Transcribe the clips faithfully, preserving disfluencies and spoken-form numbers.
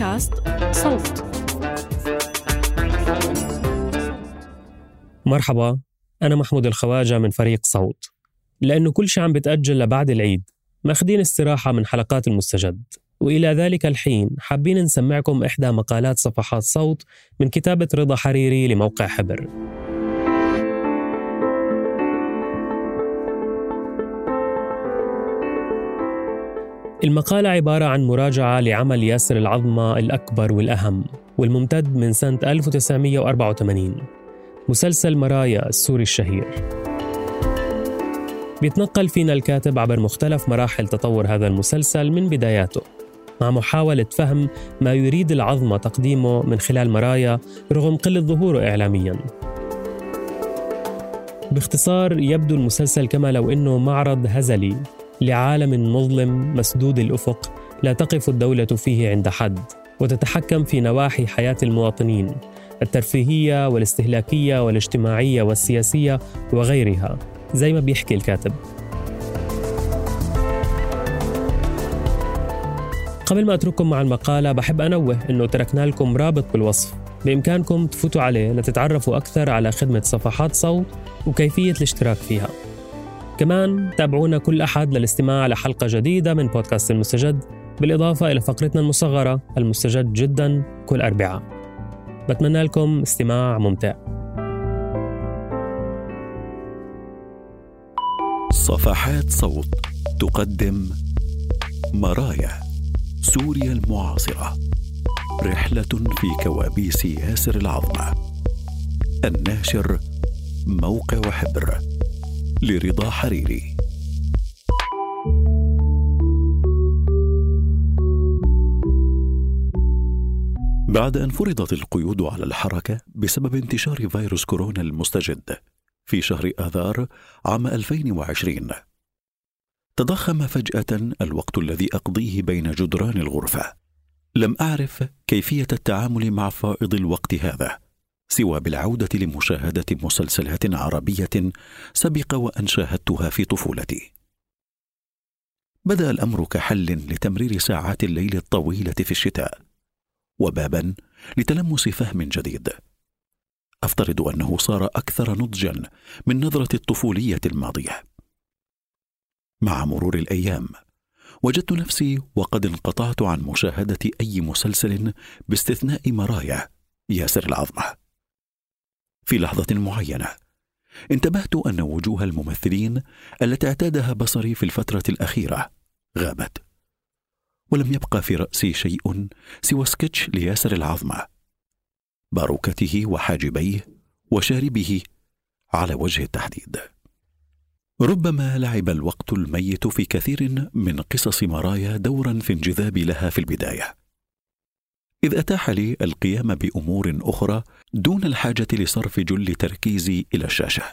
بودكاست صوت. مرحبا، أنا محمود الخواجة من فريق صوت. لأنه كل شيء عم بتأجل لبعد العيد، ماخدين استراحة من حلقات المستجد، وإلى ذلك الحين حابين نسمعكم إحدى مقالات صفحات صوت من كتابة رضا حريري لموقع حبر. المقالة عبارة عن مراجعة لعمل ياسر العظمة الأكبر والأهم والممتد من سنة ألف وتسعمائة وأربعة وثمانين، مسلسل مرايا السوري الشهير. بيتنقل فينا الكاتب عبر مختلف مراحل تطور هذا المسلسل من بداياته، مع محاولة فهم ما يريد العظمة تقديمه من خلال مرايا رغم قلة ظهوره إعلامياً. باختصار، يبدو المسلسل كما لو إنه معرض هزلي لعالم مظلم مسدود الأفق، لا تقف الدولة فيه عند حد، وتتحكم في نواحي حياة المواطنين الترفيهية والاستهلاكية والاجتماعية والسياسية وغيرها، زي ما بيحكي الكاتب. قبل ما أترككم مع المقالة، بحب أنوه إنه تركنا لكم رابط بالوصف، بإمكانكم تفوتوا عليه لتتعرفوا أكثر على خدمة صفحات صوت وكيفية الاشتراك فيها. كمان تابعونا كل أحد للاستماع لحلقة جديدة من بودكاست المستجد، بالإضافة إلى فقرتنا المصغرة المستجد جدا كل أربعاء. بتمنى لكم استماع ممتع. صفحات صوت تقدم مرايا سوريا المعاصرة، رحلة في كوابيس ياسر العظمة. الناشر موقع حبر، لرضا حريري. بعد أن فرضت القيود على الحركة بسبب انتشار فيروس كورونا المستجد في شهر آذار عام ألفين وعشرين، تضخم فجأة الوقت الذي أقضيه بين جدران الغرفة. لم أعرف كيفية التعامل مع فائض الوقت هذا سوى بالعودة لمشاهدة مسلسلات عربية سبق وأن شاهدتها في طفولتي. بدأ الأمر كحل لتمرير ساعات الليل الطويلة في الشتاء، وبابا لتلمس فهم جديد. أفترض أنه صار أكثر نضجا من نظرة الطفولية الماضية. مع مرور الأيام وجدت نفسي وقد انقطعت عن مشاهدة أي مسلسل باستثناء مرايا ياسر العظمة. في لحظة معينة انتبهت أن وجوه الممثلين التي اعتادها بصري في الفترة الأخيرة غابت، ولم يبقى في رأسي شيء سوى سكتش لياسر العظمة، باروكته وحاجبيه وشاربه على وجه التحديد. ربما لعب الوقت الميت في كثير من قصص مرايا دورا في انجذابي لها في البداية، إذ أتاح لي القيام بأمور أخرى دون الحاجة لصرف جل تركيزي إلى الشاشة.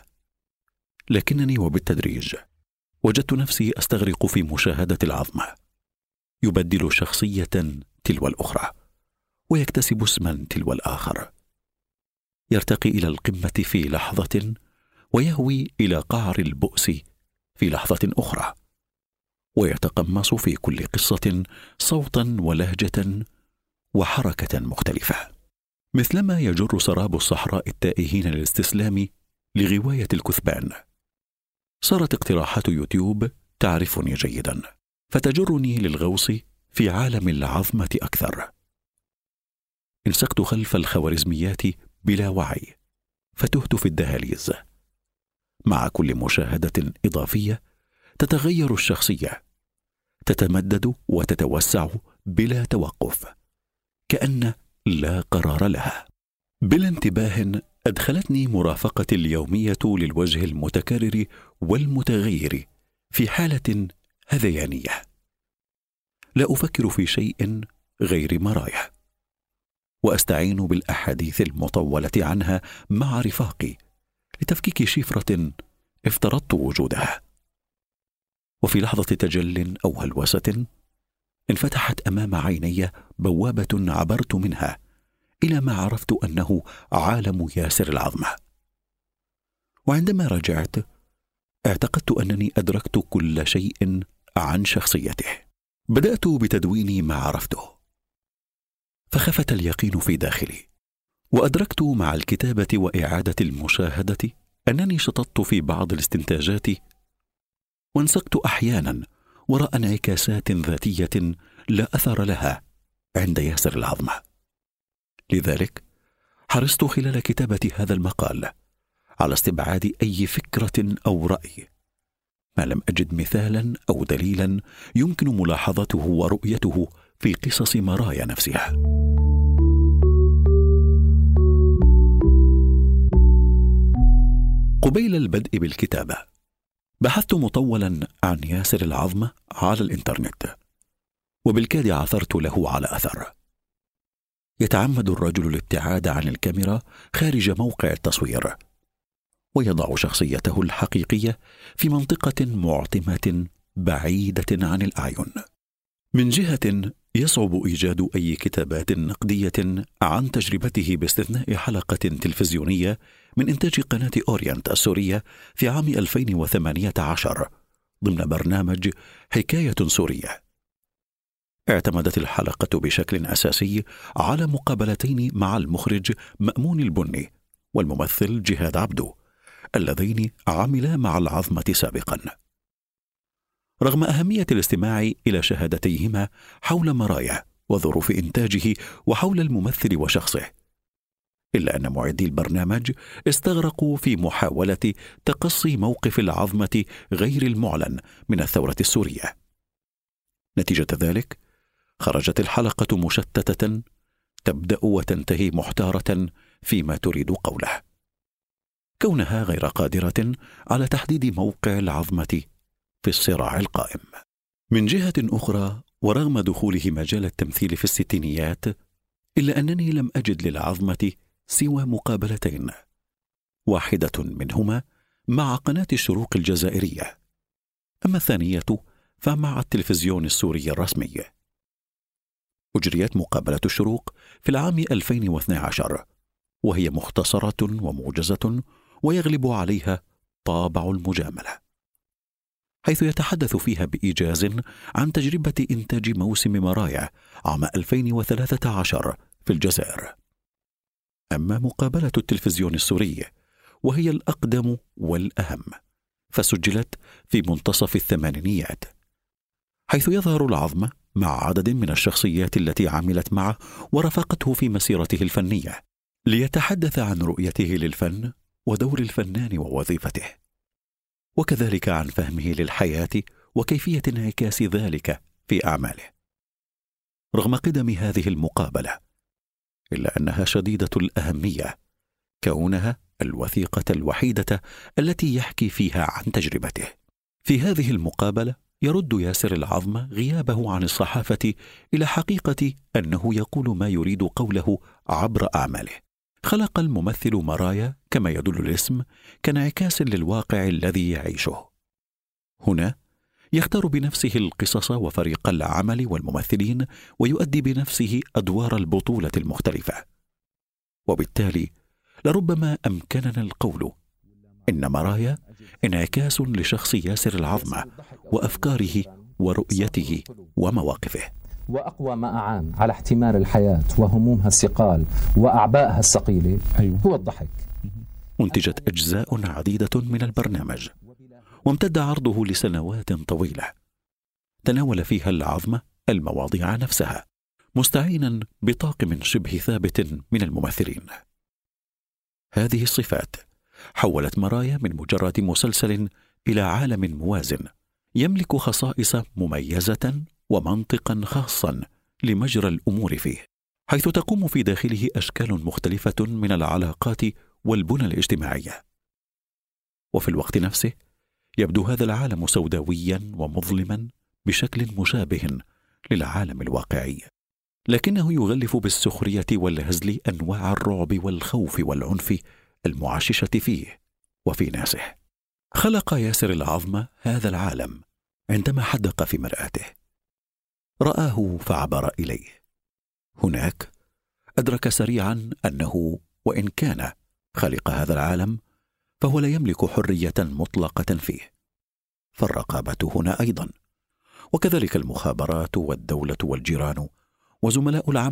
لكنني وبالتدريج وجدت نفسي أستغرق في مشاهدة العظمة، يبدل شخصية تلو الأخرى، ويكتسب اسما تلو الآخر، يرتقي إلى القمة في لحظة ويهوي إلى قعر البؤس في لحظة أخرى، ويتقمص في كل قصة صوتا ولهجة وحركة مختلفة، مثلما يجر سراب الصحراء التائهين للاستسلام لغواية الكثبان. صارت اقتراحات يوتيوب تعرفني جيدا، فتجرني للغوص في عالم العظمة أكثر. انسقت خلف الخوارزميات بلا وعي، فتهت في الدهاليز. مع كل مشاهدة إضافية تتغير الشخصية، تتمدد وتتوسع بلا توقف، كأن لا قرار لها. بلا انتباه أدخلتني مرافقة اليومية للوجه المتكرر والمتغير في حالة هذيانية. لا أفكر في شيء غير مرايا، وأستعين بالأحاديث المطولة عنها مع رفاقي لتفكيك شفرة افترضت وجودها. وفي لحظة تجل أو هلوسة انفتحت أمام عيني بوابة عبرت منها إلى ما عرفت أنه عالم ياسر العظمة. وعندما رجعت اعتقدت أنني أدركت كل شيء عن شخصيته. بدأت بتدوين ما عرفته، فخفت اليقين في داخلي، وأدركت مع الكتابة وإعادة المشاهدة أنني شططت في بعض الاستنتاجات، وانسقت أحيانا وراء انعكاسات ذاتية لا أثر لها عند ياسر العظمة. لذلك حرصت خلال كتابة هذا المقال على استبعاد أي فكرة أو رأي ما لم أجد مثالا أو دليلا يمكن ملاحظته ورؤيته في قصص مرايا نفسها. قبيل البدء بالكتابة بحثت مطولا عن ياسر العظمة على الإنترنت، وبالكاد عثرت له على أثر. يتعمد الرجل الابتعاد عن الكاميرا خارج موقع التصوير، ويضع شخصيته الحقيقية في منطقة معتمة بعيدة عن الأعين. من جهة يصعب إيجاد أي كتابات نقدية عن تجربته باستثناء حلقة تلفزيونية من إنتاج قناة أورينت السورية في عام ألفين وثمانية عشر ضمن برنامج حكاية سورية. اعتمدت الحلقة بشكل أساسي على مقابلتين مع المخرج مأمون البني والممثل جهاد عبدو اللذين عملا مع العظمة سابقا. رغم أهمية الاستماع إلى شهادتيهما حول مرايا وظروف إنتاجه وحول الممثل وشخصه، إلا أن معدي البرنامج استغرقوا في محاولة تقصي موقف العظمة غير المعلن من الثورة السورية. نتيجة ذلك خرجت الحلقة مشتتة تبدأ وتنتهي محتارة فيما تريد قوله، كونها غير قادرة على تحديد موقع العظمة في الصراع القائم. من جهة أخرى، ورغم دخوله مجال التمثيل في الستينيات، إلا أنني لم أجد للعظمة سوى مقابلتين، واحدة منهما مع قناة الشروق الجزائرية، أما الثانية فمع التلفزيون السوري الرسمي. أجريت مقابلة الشروق في العام ألفين واثني عشر، وهي مختصرة وموجزة ويغلب عليها طابع المجاملة، حيث يتحدث فيها بإيجاز عن تجربة إنتاج موسم مرايا عام ألفين وثلاثة عشر في الجزائر. أما مقابلة التلفزيون السوري وهي الأقدم والأهم، فسجلت في منتصف الثمانينيات، حيث يظهر العظمة مع عدد من الشخصيات التي عملت معه ورافقته في مسيرته الفنية، ليتحدث عن رؤيته للفن ودور الفنان ووظيفته، وكذلك عن فهمه للحياة وكيفية انعكاس ذلك في أعماله. رغم قدم هذه المقابلة، إلا أنها شديدة الأهمية، كونها الوثيقة الوحيدة التي يحكي فيها عن تجربته. في هذه المقابلة يرد ياسر العظمة غيابه عن الصحافة إلى حقيقة أنه يقول ما يريد قوله عبر أعماله. خلق الممثل مرايا كما يدل الاسم كانعكاس للواقع الذي يعيشه. هنا يختار بنفسه القصص وفريق العمل والممثلين، ويؤدي بنفسه أدوار البطولة المختلفة، وبالتالي لربما أمكننا القول إن مرايا انعكاس لشخص ياسر العظمة وأفكاره ورؤيته ومواقفه. وأقوى ما أعان على احتمال الحياة وهمومها الثقال وأعبائها الثقيلة هو الضحك. أنتجت أجزاء عديدة من البرنامج، وامتد عرضه لسنوات طويلة، تناول فيها العظمة المواضيع نفسها، مستعينا بطاقم شبه ثابت من الممثلين. هذه الصفات حولت مرايا من مجرد مسلسل إلى عالم موازن يملك خصائص مميزة ومنطقا خاصا لمجرى الأمور فيه، حيث تقوم في داخله أشكال مختلفة من العلاقات والبنى الاجتماعية. وفي الوقت نفسه يبدو هذا العالم سوداويا ومظلما بشكل مشابه للعالم الواقعي، لكنه يغلف بالسخرية والهزل أنواع الرعب والخوف والعنف المعششة فيه وفي ناسه. خلق ياسر العظمة هذا العالم عندما حدق في مرآته، رآه فعبر إليه. هناك أدرك سريعا أنه وإن كان خالق هذا العالم فهو لا يملك حرية مطلقة فيه، فالرقابة هنا أيضا، وكذلك المخابرات والدولة والجيران وزملاء العمل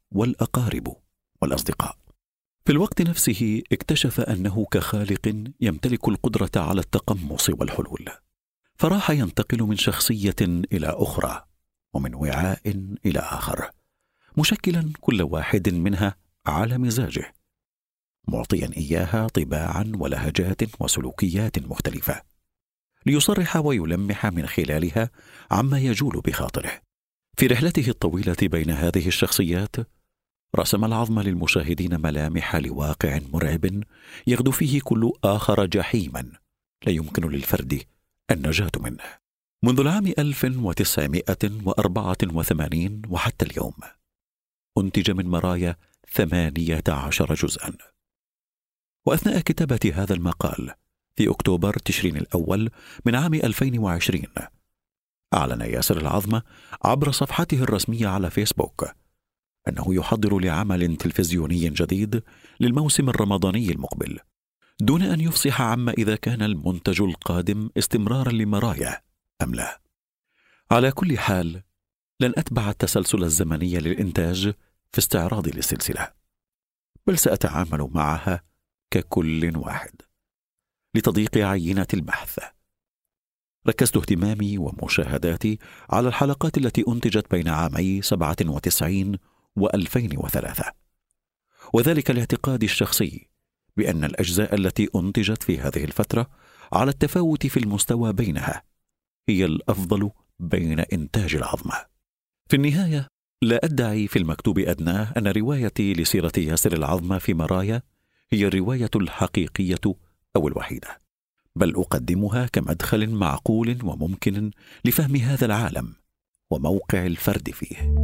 والأقارب والأصدقاء. في الوقت نفسه اكتشف أنه كخالق يمتلك القدرة على التقمص والحلول، فراح ينتقل من شخصية إلى أخرى ومن وعاء إلى آخر، مشكلا كل واحد منها على مزاجه، معطيا إياها طباعا ولهجات وسلوكيات مختلفة، ليصرح ويلمح من خلالها عما يجول بخاطره. في رحلته الطويلة بين هذه الشخصيات رسم العظم للمشاهدين ملامح لواقع مرعب يغدو فيه كل آخر جحيما لا يمكن للفرد النجاة منه. منذ العام ألف وتسعمائة وأربعة وثمانين وحتى اليوم أنتج من مرايا ثمانية عشر جزءا. وأثناء كتابة هذا المقال في أكتوبر تشرين الأول من عام ألفين وعشرين أعلن ياسر العظمة عبر صفحته الرسمية على فيسبوك أنه يحضر لعمل تلفزيوني جديد للموسم الرمضاني المقبل، دون أن يفصح عما إذا كان المنتج القادم استمرارا لمرايا أم لا. على كل حال لن أتبع التسلسل الزمني للإنتاج في استعراضي للسلسلة، بل سأتعامل معها ككل واحد لتضييق عينة البحث. ركزت اهتمامي ومشاهداتي على الحلقات التي أنتجت بين عامي سبعة وتسعين وألفين وثلاثة، وذلك لاعتقادي الشخصي بأن الأجزاء التي أنتجت في هذه الفترة على التفاوت في المستوى بينها هي الأفضل بين إنتاج العظمة. في النهاية لا أدعي في المكتوب أدناه أن روايتي لسيرة ياسر العظمة في مرايا هي الرواية الحقيقية أو الوحيدة، بل أقدمها كمدخل معقول وممكن لفهم هذا العالم وموقع الفرد فيه.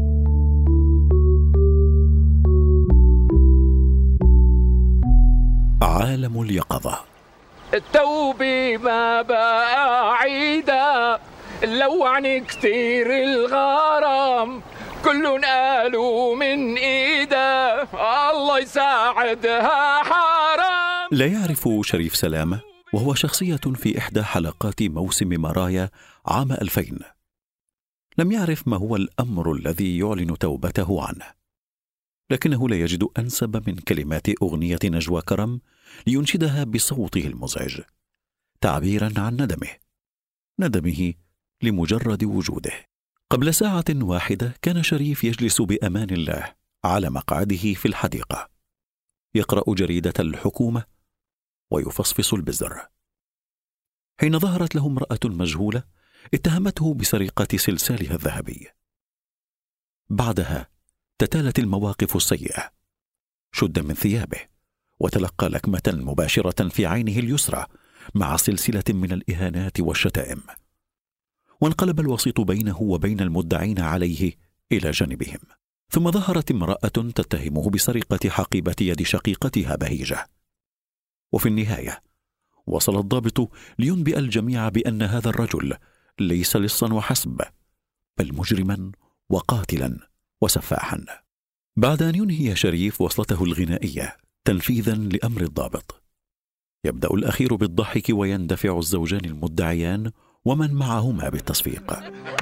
عالم اليقظة. التوبة ما بقى عيدا، اللوعن كتير الغرام، كلن قالوا من إيدا الله يساعدها حرام. لا يعرف شريف سلامة وهو شخصية في إحدى حلقات موسم مرايا عام ألفين، لم يعرف ما هو الأمر الذي يعلن توبته عنه، لكنه لا يجد أنسب من كلمات أغنية نجوى كرم لينشدها بصوته المزعج، تعبيرا عن ندمه ندمه لمجرد وجوده. قبل ساعة واحدة كان شريف يجلس بأمان الله على مقعده في الحديقة يقرأ جريدة الحكومة ويفصفص البزر، حين ظهرت له امرأة مجهولة اتهمته بسرقة سلسالها الذهبي. بعدها تتالت المواقف السيئة، شد من ثيابه وتلقى لكمة مباشرة في عينه اليسرى مع سلسلة من الإهانات والشتائم، وانقلب الوسيط بينه وبين المدعين عليه إلى جانبهم. ثم ظهرت امرأة تتهمه بسرقة حقيبة يد شقيقتها بهيجة، وفي النهاية وصل الضابط لينبئ الجميع بأن هذا الرجل ليس لصا وحسب، بل مجرما وقاتلا وسفاحا. بعد أن ينهي شريف وصلته الغنائية تنفيذا لأمر الضابط، يبدأ الأخير بالضحك ويندفع الزوجان المدعيان ومن معهما بالتصفيق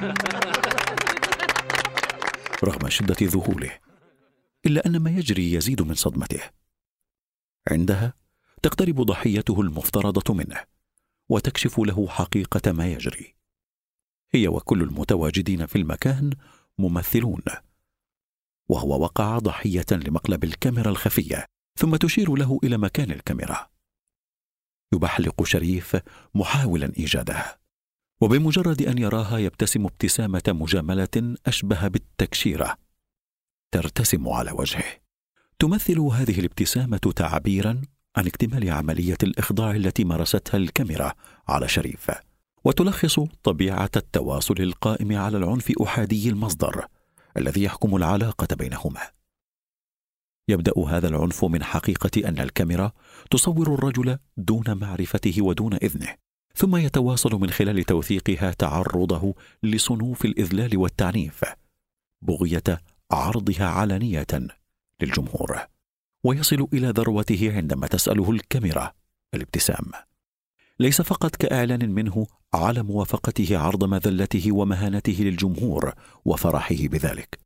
رغم شدة ذهوله، إلا أن ما يجري يزيد من صدمته. عندها تقترب ضحيته المفترضة منه وتكشف له حقيقة ما يجري. هي وكل المتواجدين في المكان ممثلون، وهو وقع ضحية لمقلب الكاميرا الخفية، ثم تشير له إلى مكان الكاميرا. يبحلق شريف محاولا إيجادها، وبمجرد أن يراها يبتسم ابتسامة مجاملة أشبه بالتكشيرة ترتسم على وجهه. تمثل هذه الابتسامة تعبيرا عن اكتمال عملية الإخضاع التي مارستها الكاميرا على شريف، وتلخص طبيعة التواصل القائم على العنف أحادي المصدر الذي يحكم العلاقة بينهما. يبدأ هذا العنف من حقيقة أن الكاميرا تصور الرجل دون معرفته ودون إذنه، ثم يتواصل من خلال توثيقها تعرضه لصنوف الإذلال والتعنيف بغية عرضها علانية للجمهور، ويصل إلى ذروته عندما تسأله الكاميرا الابتسام، ليس فقط كإعلان منه على موافقته عرض مذلته ومهانته للجمهور وفرحه بذلك،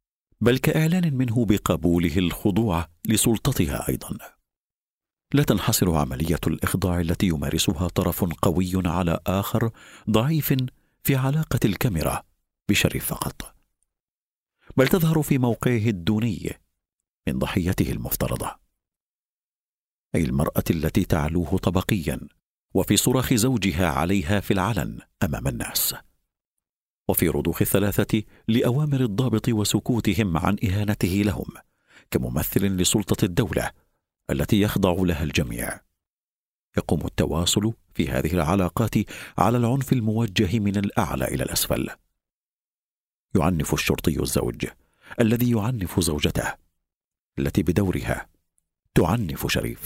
بل كإعلان منه بقبوله الخضوع لسلطتها أيضا. لا تنحصر عملية الإخضاع التي يمارسها طرف قوي على آخر ضعيف في علاقة الكاميرا بشريف فقط، بل تظهر في موقعه الدوني من ضحيته المفترضة، أي المرأة التي تعلوه طبقيا وفي صراخ زوجها عليها في العلن أمام الناس، وفي رضوخ الثلاثة لأوامر الضابط وسكوتهم عن إهانته لهم كممثل لسلطة الدولة التي يخضع لها الجميع. يقوم التواصل في هذه العلاقات على العنف الموجه من الأعلى إلى الأسفل. يعنف الشرطي الزوج الذي يعنف زوجته التي بدورها تعنف شريف.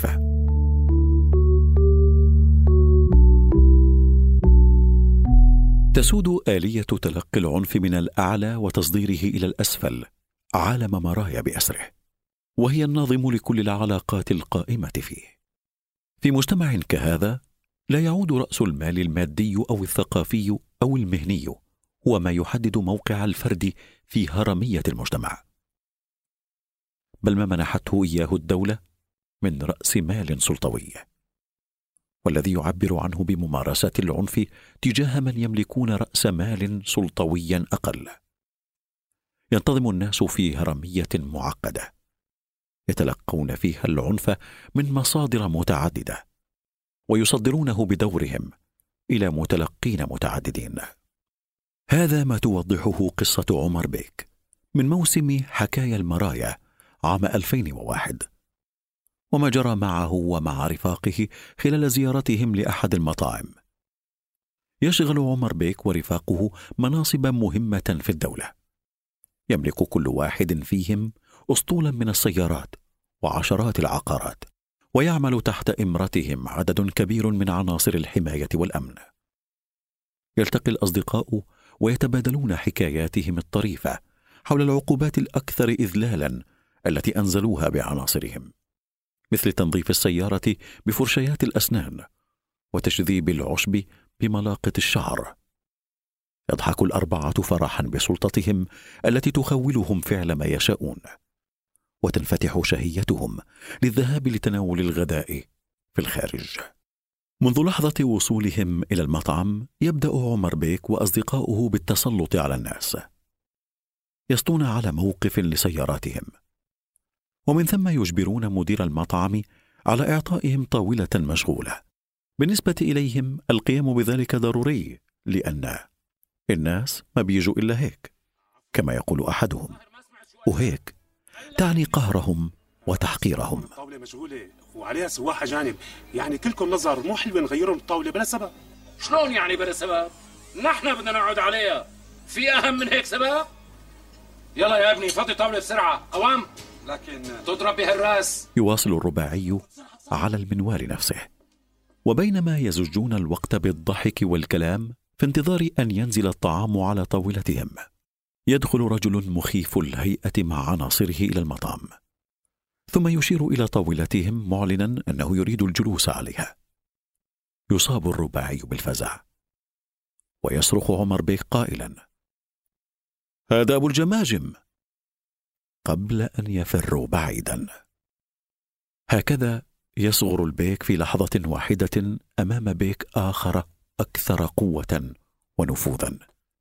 تسود آلية تلقي العنف من الأعلى وتصديره إلى الأسفل عالم مرايا بأسره، وهي الناظم لكل العلاقات القائمة فيه. في مجتمع كهذا لا يعود رأس المال المادي أو الثقافي أو المهني هو ما يحدد موقع الفرد في هرمية المجتمع، بل ما منحته إياه الدولة من رأس مال سلطوي، والذي يعبر عنه بممارسة العنف تجاه من يملكون رأس مال سلطوي أقل. ينتظم الناس في هرمية معقدة يتلقون فيها العنف من مصادر متعددة ويصدرونه بدورهم إلى متلقين متعددين. هذا ما توضحه قصة عمر بيك من موسم حكايا المرايا عام ألفين وواحد، وما جرى معه ومع رفاقه خلال زيارتهم لأحد المطاعم. يشغل عمر بيك ورفاقه مناصب مهمة في الدولة، يملك كل واحد فيهم أسطولا من السيارات وعشرات العقارات، ويعمل تحت إمرتهم عدد كبير من عناصر الحماية والأمن. يلتقي الأصدقاء ويتبادلون حكاياتهم الطريفة حول العقوبات الأكثر إذلالا التي أنزلوها بعناصرهم، مثل تنظيف السيارة بفرشيات الأسنان وتشذيب العشب بملاقط الشعر. يضحك الأربعة فرحا بسلطتهم التي تخولهم فعل ما يشاءون، وتنفتح شهيتهم للذهاب لتناول الغداء في الخارج. منذ لحظة وصولهم إلى المطعم يبدأ عمر بيك وأصدقاؤه بالتسلط على الناس، يسطون على موقف لسياراتهم، ومن ثم يجبرون مدير المطعم على إعطائهم طاولة مشغولة. بالنسبة إليهم القيام بذلك ضروري، لأن الناس ما بيجوا إلا هيك كما يقول أحدهم، وهيك تعني قهرهم وتحقيرهم. الطاولة مشغولة وعليها سواح أجانب، يعني كلكم نظر، مو حلو نغيرهم الطاولة بلا سبب. شلون يعني بلا سبب؟ نحن بدنا نقعد عليها، في أهم من هيك سبب؟ يلا يا ابني فضي طاولة بسرعة، قوام لكن تضرب بها الرأس. يواصل الرباعي على المنوال نفسه، وبينما يزجون الوقت بالضحك والكلام في انتظار أن ينزل الطعام على طاولتهم، يدخل رجل مخيف الهيئة مع عناصره إلى المطعم، ثم يشير إلى طاولتهم معلنا أنه يريد الجلوس عليها. يصاب الرباعي بالفزع ويصرخ عمر بيك قائلا: هذا أبو الجماجم، قبل أن يفروا بعيدا. هكذا يصغر البيك في لحظة واحدة أمام بيك آخر أكثر قوة ونفوذا.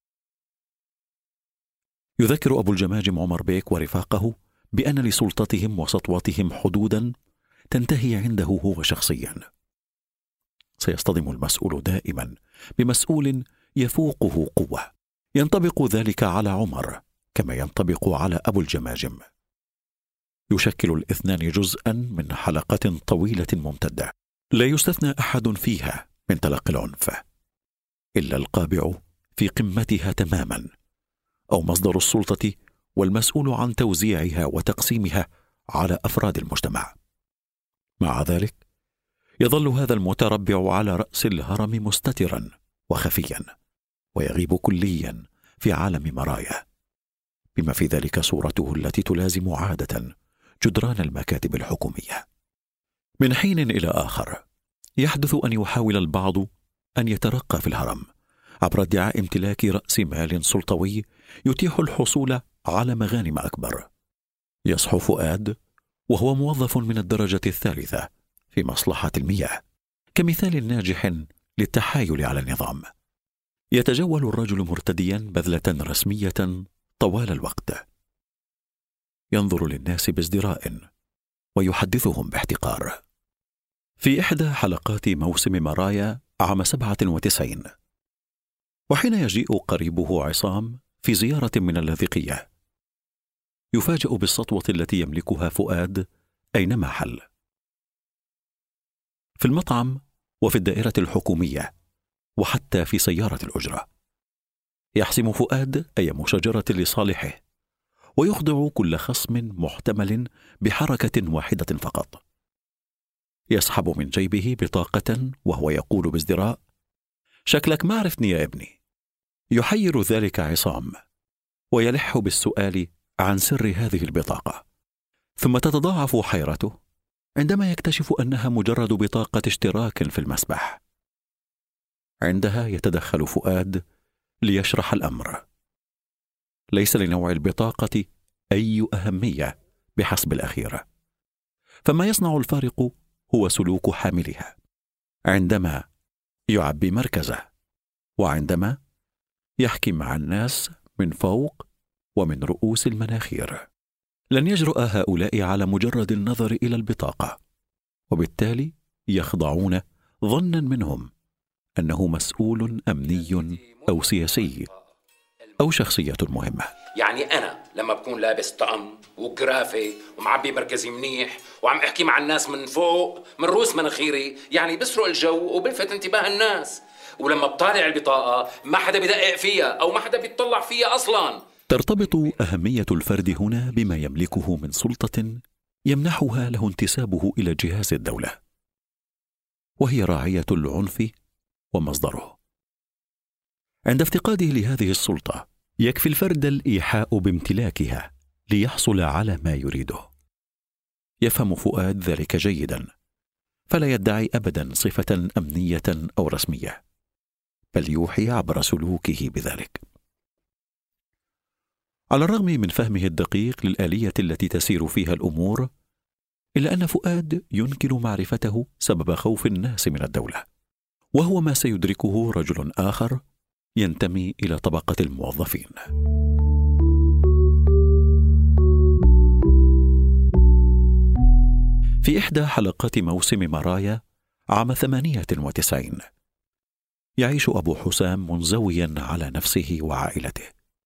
يذكر أبو الجماجم عمر بيك ورفاقه بأن لسلطتهم وسطوتهم حدودا تنتهي عنده هو شخصيا. سيصطدم المسؤول دائما بمسؤول يفوقه قوة، ينطبق ذلك على عمر كما ينطبق على أبو الجماجم. يشكل الاثنان جزءا من حلقة طويلة ممتدة لا يستثنى أحد فيها من تلقي العنف إلا القابع في قمتها تماما، أو مصدر السلطة والمسؤول عن توزيعها وتقسيمها على أفراد المجتمع. مع ذلك يظل هذا المتربع على رأس الهرم مستترا وخفيا، ويغيب كليا في عالم مرايا، بما في ذلك صورته التي تلازم عادة جدران المكاتب الحكومية. من حين إلى آخر يحدث أن يحاول البعض أن يترقى في الهرم عبر ادعاء امتلاك رأس مال سلطوي يتيح الحصول على مغانم أكبر. يصحو فؤاد وهو موظف من الدرجة الثالثة في مصلحة المياه، كمثال ناجح للتحايل على النظام. يتجول الرجل مرتديا بذلة رسمية طوال الوقت، ينظر للناس بازدراء ويحدثهم باحتقار. في إحدى حلقات موسم مرايا عام سبعة وتسعين، وحين يجيء قريبه عصام في زيارة من اللاذقية، يفاجأ بالسطوة التي يملكها فؤاد أينما حل، في المطعم وفي الدائرة الحكومية وحتى في سيارة الأجرة. يحسم فؤاد أي مشاجرة لصالحه، ويخضع كل خصم محتمل بحركة واحدة فقط. يسحب من جيبه بطاقة وهو يقول بازدراء: شكلك ما عرفتني يا ابني. يحير ذلك عصام ويلح بالسؤال عن سر هذه البطاقة، ثم تتضاعف حيرته عندما يكتشف أنها مجرد بطاقة اشتراك في المسبح. عندها يتدخل فؤاد ليشرح الأمر. ليس لنوع البطاقة أي أهمية بحسب الأخيرة، فما يصنع الفارق هو سلوك حاملها عندما يعبي مركزه، وعندما يحكي مع الناس من فوق ومن رؤوس المناخير. لن يجرؤ هؤلاء على مجرد النظر إلى البطاقة، وبالتالي يخضعون ظنا منهم أنه مسؤول أمني أو سياسي أو شخصية مهمة. يعني أنا لما بكون لابس طقم وجرافي ومعبي مركزي منيح وعم أحكي مع الناس من فوق من رؤوس مناخيري، يعني بسرق الجو وبلفت انتباه الناس، ولما بطالع البطاقة ما حدا بيدقق فيها أو ما حدا بيطلع فيها أصلاً. ترتبط أهمية الفرد هنا بما يملكه من سلطة يمنحها له انتسابه إلى جهاز الدولة، وهي راعية العنف ومصدره. عند افتقاده لهذه السلطة يكفي الفرد الإيحاء بامتلاكها ليحصل على ما يريده. يفهم فؤاد ذلك جيدا، فلا يدعي أبدا صفة أمنية أو رسمية، بل يوحي عبر سلوكه بذلك. على الرغم من فهمه الدقيق للآلية التي تسير فيها الأمور، إلا أن فؤاد ينكر معرفته سبب خوف الناس من الدولة، وهو ما سيدركه رجل آخر ينتمي إلى طبقة الموظفين. في إحدى حلقات موسم مرايا عام ثمانية وتسعين، يعيش أبو حسام منزويا على نفسه وعائلته،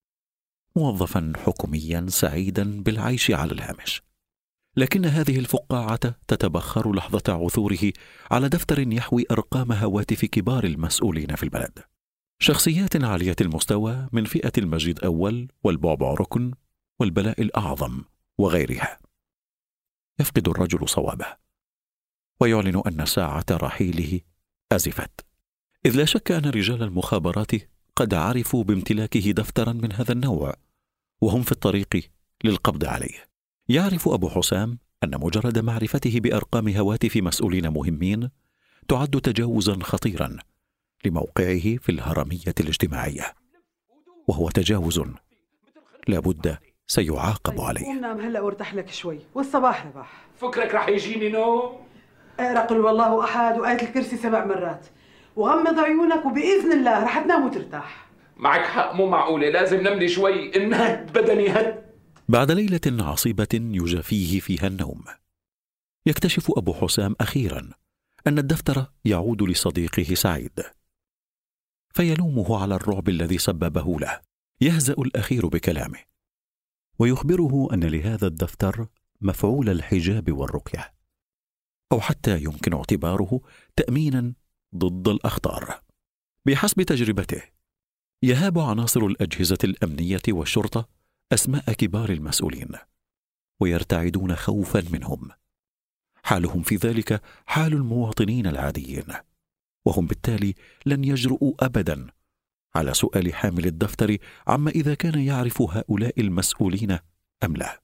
موظفا حكوميا سعيدا بالعيش على الهامش. لكن هذه الفقاعة تتبخر لحظة عثوره على دفتر يحوي أرقام هواتف كبار المسؤولين في البلد، شخصيات عالية المستوى من فئة المجيد أول والبعبع ركن والبلاء الأعظم وغيرها. يفقد الرجل صوابه ويعلن أن ساعة رحيله أزفت، إذ لا شك أن رجال المخابرات قد عرفوا بامتلاكه دفترا من هذا النوع وهم في الطريق للقبض عليه. يعرف أبو حسام أن مجرد معرفته بأرقام هواتف مسؤولين مهمين تعد تجاوزا خطيرا لموقعه في الهرمية الاجتماعية، وهو تجاوز لا بد سيعاقب عليه. قوم نام هلا وارتاح لك شوي، والصباح رباح. فكرك رح يجيني نوم؟ اقرا قل والله أحد وآية الكرسي سبع مرات وغمض عيونك وبإذن الله رح تنام وترتاح. معك حق، مو معقولة، لازم نملي شوي، انهد بدني هد. بعد ليلة عصيبة يجافيه فيها النوم، يكتشف أبو حسام أخيرا أن الدفتر يعود لصديقه سعيد، فيلومه على الرعب الذي سببه له. يهزأ الأخير بكلامه ويخبره أن لهذا الدفتر مفعول الحجاب والرقية، أو حتى يمكن اعتباره تأمينا ضد الأخطار. بحسب تجربته يهاب عناصر الأجهزة الأمنية والشرطة أسماء كبار المسؤولين ويرتعدون خوفا منهم. حالهم في ذلك حال المواطنين العاديين، وهم بالتالي لن يجرؤوا أبدا على سؤال حامل الدفتر عما إذا كان يعرف هؤلاء المسؤولين أم لا.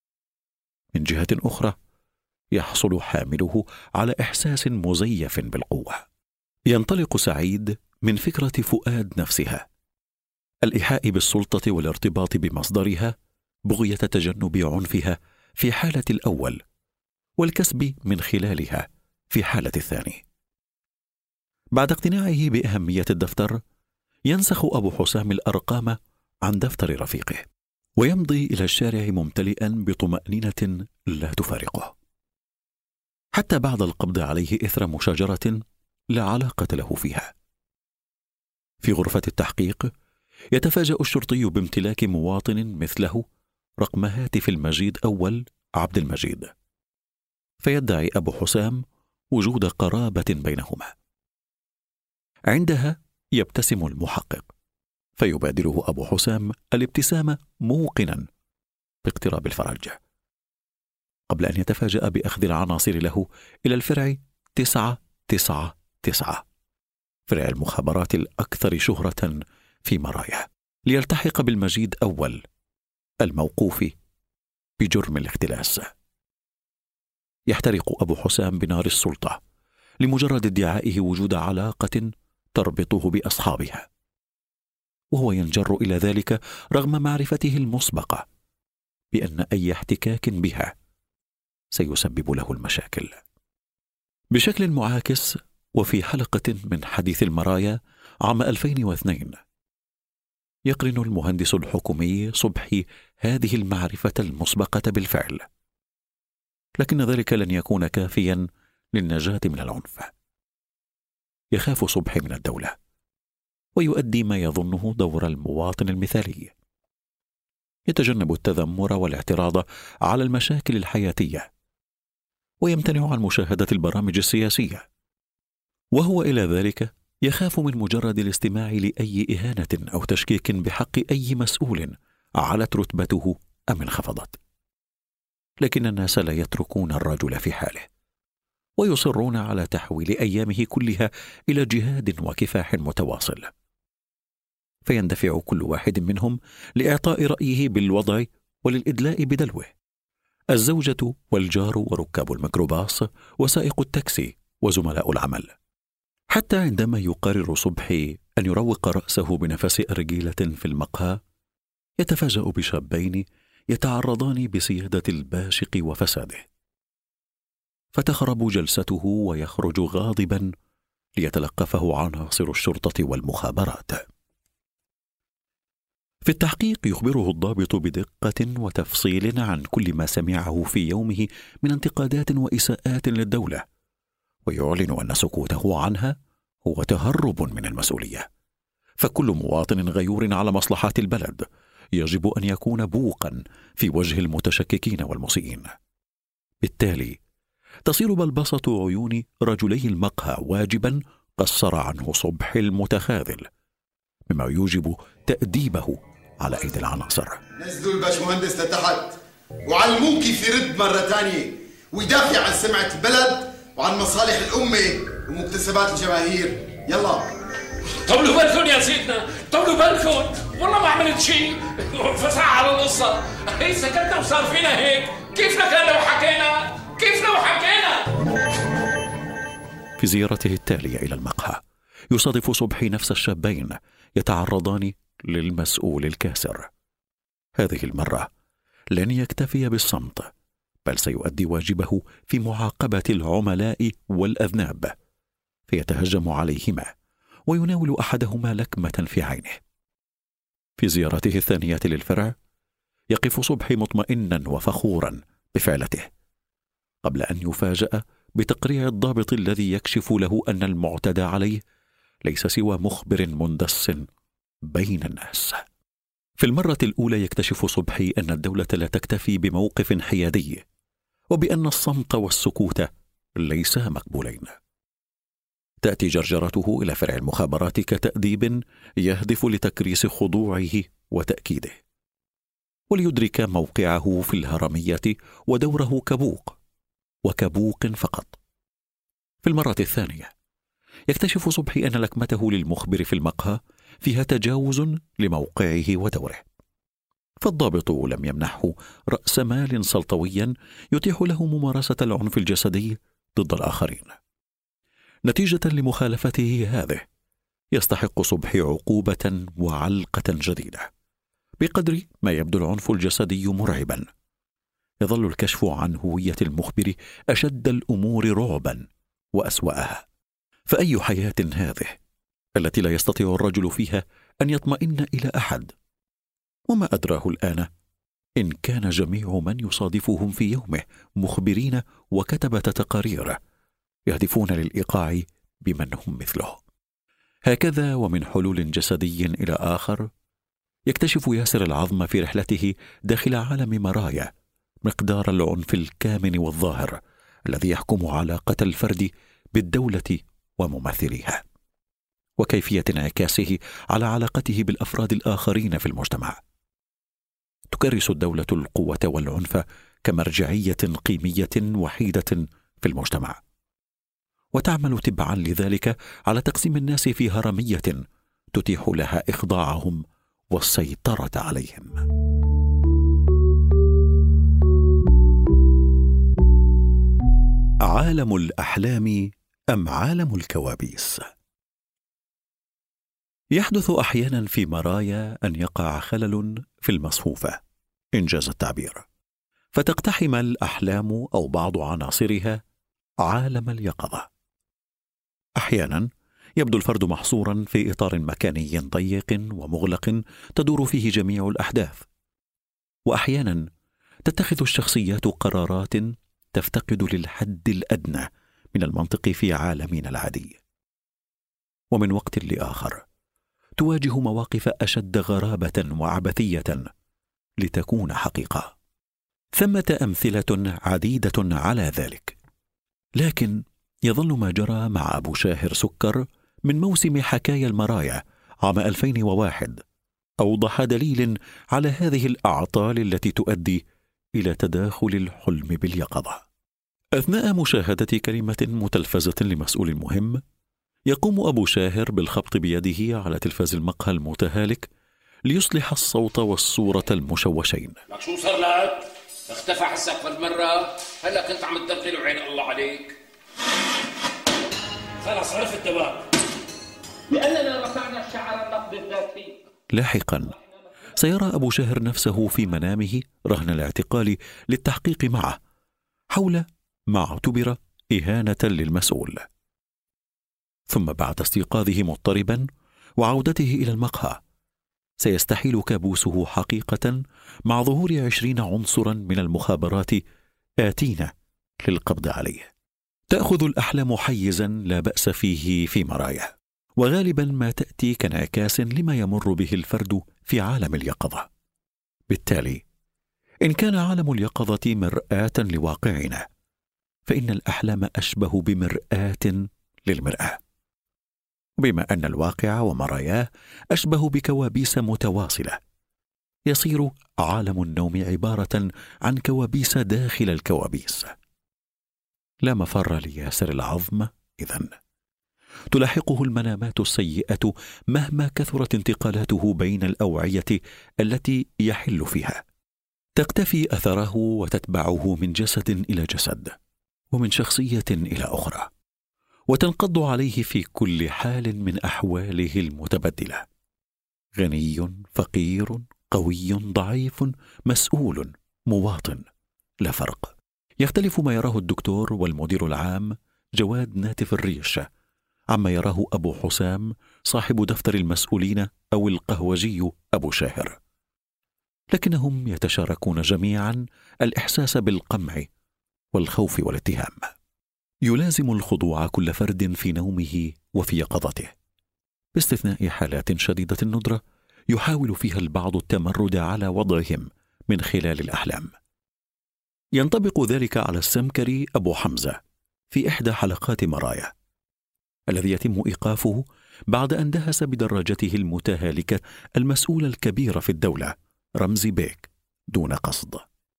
من جهة أخرى يحصل حامله على إحساس مزيف بالقوة. ينطلق سعيد من فكرة فؤاد نفسها، الإيحاء بالسلطة والارتباط بمصدرها بغية تجنب عنفها في حالة الأول، والكسب من خلالها في حالة الثاني. بعد اقتناعه بأهمية الدفتر، ينسخ أبو حسام الأرقام عن دفتر رفيقه، ويمضي إلى الشارع ممتلئا بطمأنينة لا تفارقه، حتى بعد القبض عليه إثر مشاجرة لا علاقة له فيها. في غرفة التحقيق يتفاجأ الشرطي بامتلاك مواطن مثله رقم هاتف المجيد أول عبد المجيد، فيدعي أبو حسام وجود قرابة بينهما. عندها يبتسم المحقق، فيبادره أبو حسام الابتسامة موقنا باقتراب الفرج، قبل أن يتفاجأ بأخذ العناصر له إلى الفرع تسعة تسعة تسعة، فرع المخابرات الأكثر شهرة في مرايا، ليلتحق بالمجيد أول الموقوف بجرم الاختلاس. يحترق أبو حسام بنار السلطة لمجرد ادعائه وجود علاقة تربطه بأصحابها، وهو ينجر إلى ذلك رغم معرفته المسبقة بأن أي احتكاك بها سيسبب له المشاكل. بشكل معاكس، وفي حلقة من حديث المرايا عام ألفين واثنين، يقرن المهندس الحكومي صبحي هذه المعرفة المسبقة بالفعل، لكن ذلك لن يكون كافيا للنجاة من العنف. يخاف صبحي من الدولة، ويؤدي ما يظنه دور المواطن المثالي. يتجنب التذمر والاعتراض على المشاكل الحياتية، ويمتنع عن مشاهدة البرامج السياسية، وهو إلى ذلك يخاف من مجرد الاستماع لأي إهانة أو تشكيك بحق أي مسؤول علت رتبته أم انخفضت. لكن الناس لا يتركون الرجل في حاله، ويصرون على تحويل أيامه كلها إلى جهاد وكفاح متواصل. فيندفع كل واحد منهم لإعطاء رأيه بالوضع وللإدلاء بدلوه: الزوجة والجار وركاب الميكروباص وسائق التاكسي وزملاء العمل. حتى عندما يقرر صبحي أن يروق رأسه بنفس أرجيلة في المقهى، يتفاجأ بشابين يتعرضان بسيادة الباشق وفساده، فتخرب جلسته ويخرج غاضبا ليتلقفه عناصر الشرطة والمخابرات. في التحقيق يخبره الضابط بدقة وتفصيل عن كل ما سمعه في يومه من انتقادات وإساءات للدولة، ويعلن أن سكوته عنها هو تهرب من المسؤولية. فكل مواطن غيور على مصلحات البلد يجب أن يكون بوقا في وجه المتشككين والمسيئين. بالتالي تصير بلبصة عيون رجلي المقهى واجبا قصر عنه صبحي المتخاذل، مما يوجب تأديبه على أيدي العناصر. نزلوا الباشمهندس لتحت وعلموه كيف يرد مرة تانية ويدافع عن سمعة البلد وعن مصالح الأمة ومكتسبات الجماهير. يلا طولوا بالكم يا سيدنا، طولوا بالكم، والله ما عملت شيء. فسع على القصة، هي سكتنا وصار فينا هيك. كيفنا كان لو حكينا؟ كيف لو حكينا؟ في زيارته التالية إلى المقهى يصادف صبحي نفس الشابين يتعرضان للمسؤول الكاسر. هذه المرة لن يكتفي بالصمت، بل سيؤدي واجبه في معاقبة العملاء والأذناب، فيتهجم عليهما ويناول أحدهما لكمة في عينه. في زيارته الثانية للفرع يقف صبحي مطمئنا وفخورا بفعلته، قبل أن يفاجأ بتقريع الضابط الذي يكشف له أن المعتدى عليه ليس سوى مخبر مندس بين الناس. في المرة الأولى يكتشف صبحي أن الدولة لا تكتفي بموقف حيادي، وبأن الصمت والسكوت ليسا مقبولين. تأتي جرجرته إلى فرع المخابرات كتأديب يهدف لتكريس خضوعه وتأكيده، وليدرك موقعه في الهرمية ودوره كبوق وكبوق فقط. في المرة الثانية يكتشف صبحي أن لكمته للمخبر في المقهى فيها تجاوز لموقعه ودوره، فالضابط لم يمنحه رأس مال سلطويا يتيح له ممارسة العنف الجسدي ضد الآخرين. نتيجة لمخالفته هذه يستحق صبحي عقوبة وعلقة جديدة، بقدر ما يبدو العنف الجسدي مرعبا، يظل الكشف عن هوية المخبر أشد الأمور رعبا وأسوأها. فأي حياة هذه التي لا يستطيع الرجل فيها أن يطمئن إلى أحد؟ وما أدراه الآن إن كان جميع من يصادفهم في يومه مخبرين وكتبة تقارير يهدفون للإيقاع بمن هم مثله. هكذا ومن حلول جسدي إلى آخر يكتشف ياسر العظم في رحلته داخل عالم مرايا مقدار العنف الكامن والظاهر الذي يحكم علاقة الفرد بالدولة وممثليها، وكيفية انعكاسه على علاقته بالأفراد الآخرين في المجتمع. تكرس الدولة القوة والعنف كمرجعية قيمية وحيدة في المجتمع، وتعمل تبعا لذلك على تقسيم الناس في هرمية تتيح لها إخضاعهم والسيطرة عليهم. عالم الأحلام أم عالم الكوابيس؟ يحدث أحيانا في مرايا أن يقع خلل في المصفوفة إنجاز التعبير، فتقتحم الأحلام أو بعض عناصرها عالم اليقظة. أحيانا يبدو الفرد محصورا في إطار مكاني ضيق ومغلق تدور فيه جميع الأحداث، وأحيانا تتخذ الشخصيات قرارات تفتقد للحد الأدنى من المنطق في عالمنا العادي، ومن وقت لآخر تواجه مواقف أشد غرابة وعبثية لتكون حقيقة. ثمة أمثلة عديدة على ذلك، لكن يظل ما جرى مع أبو شاهر سكر من موسم حكايا المرايا عام ألفين وواحد أوضح دليل على هذه الأعطال التي تؤدي إلى تداخل الحلم باليقظة. أثناء مشاهدة كلمة متلفزة لمسؤول مهم، يقوم أبو شاهر بالخبط بيده على تلفاز المقهى المتهالك ليصلح الصوت والصورة المشوشين. لك شو صار لك؟ اختفى حسك فالمرة؟ هلا كنت عم تدلل وعين الله عليك. خلص عرفت تمام، لأننا رفعنا الشعر النقد الذاتي. لاحقا سيرى أبو شاهر نفسه في منامه رهن الاعتقال للتحقيق معه حول ما اعتبر إهانة للمسؤول. ثم بعد استيقاظه مضطربا وعودته إلى المقهى سيستحيل كابوسه حقيقة مع ظهور عشرين عنصرا من المخابرات آتين للقبض عليه. تأخذ الأحلام حيزا لا بأس فيه في مرايا، وغالبا ما تأتي كانعكاس لما يمر به الفرد في عالم اليقظة. بالتالي إن كان عالم اليقظة مرآة لواقعنا، فإن الأحلام أشبه بمرآة للمرآة، بما أن الواقع ومراياه أشبه بكوابيس متواصلة، يصير عالم النوم عبارة عن كوابيس داخل الكوابيس. لا مفر لياسر العظم إذن، تلاحقه المنامات السيئة مهما كثرت انتقالاته بين الأوعية التي يحل فيها، تقتفي أثره وتتبعه من جسد إلى جسد ومن شخصية إلى أخرى، وتنقض عليه في كل حال من أحواله المتبدلة. غني، فقير، قوي، ضعيف، مسؤول، مواطن، لا فرق. يختلف ما يراه الدكتور والمدير العام جواد ناتف الريش عما يراه أبو حسام صاحب دفتر المسؤولين أو القهوجي أبو شاهر، لكنهم يتشاركون جميعا الإحساس بالقمع والخوف والاتهام. يلازم الخضوع كل فرد في نومه وفي يقظته، باستثناء حالات شديدة الندرة يحاول فيها البعض التمرد على وضعهم من خلال الأحلام. ينطبق ذلك على السمكري أبو حمزة في إحدى حلقات مرايا، الذي يتم إيقافه بعد أن دهس بدراجته المتهالكة المسؤول الكبير في الدولة رمزي بيك دون قصد.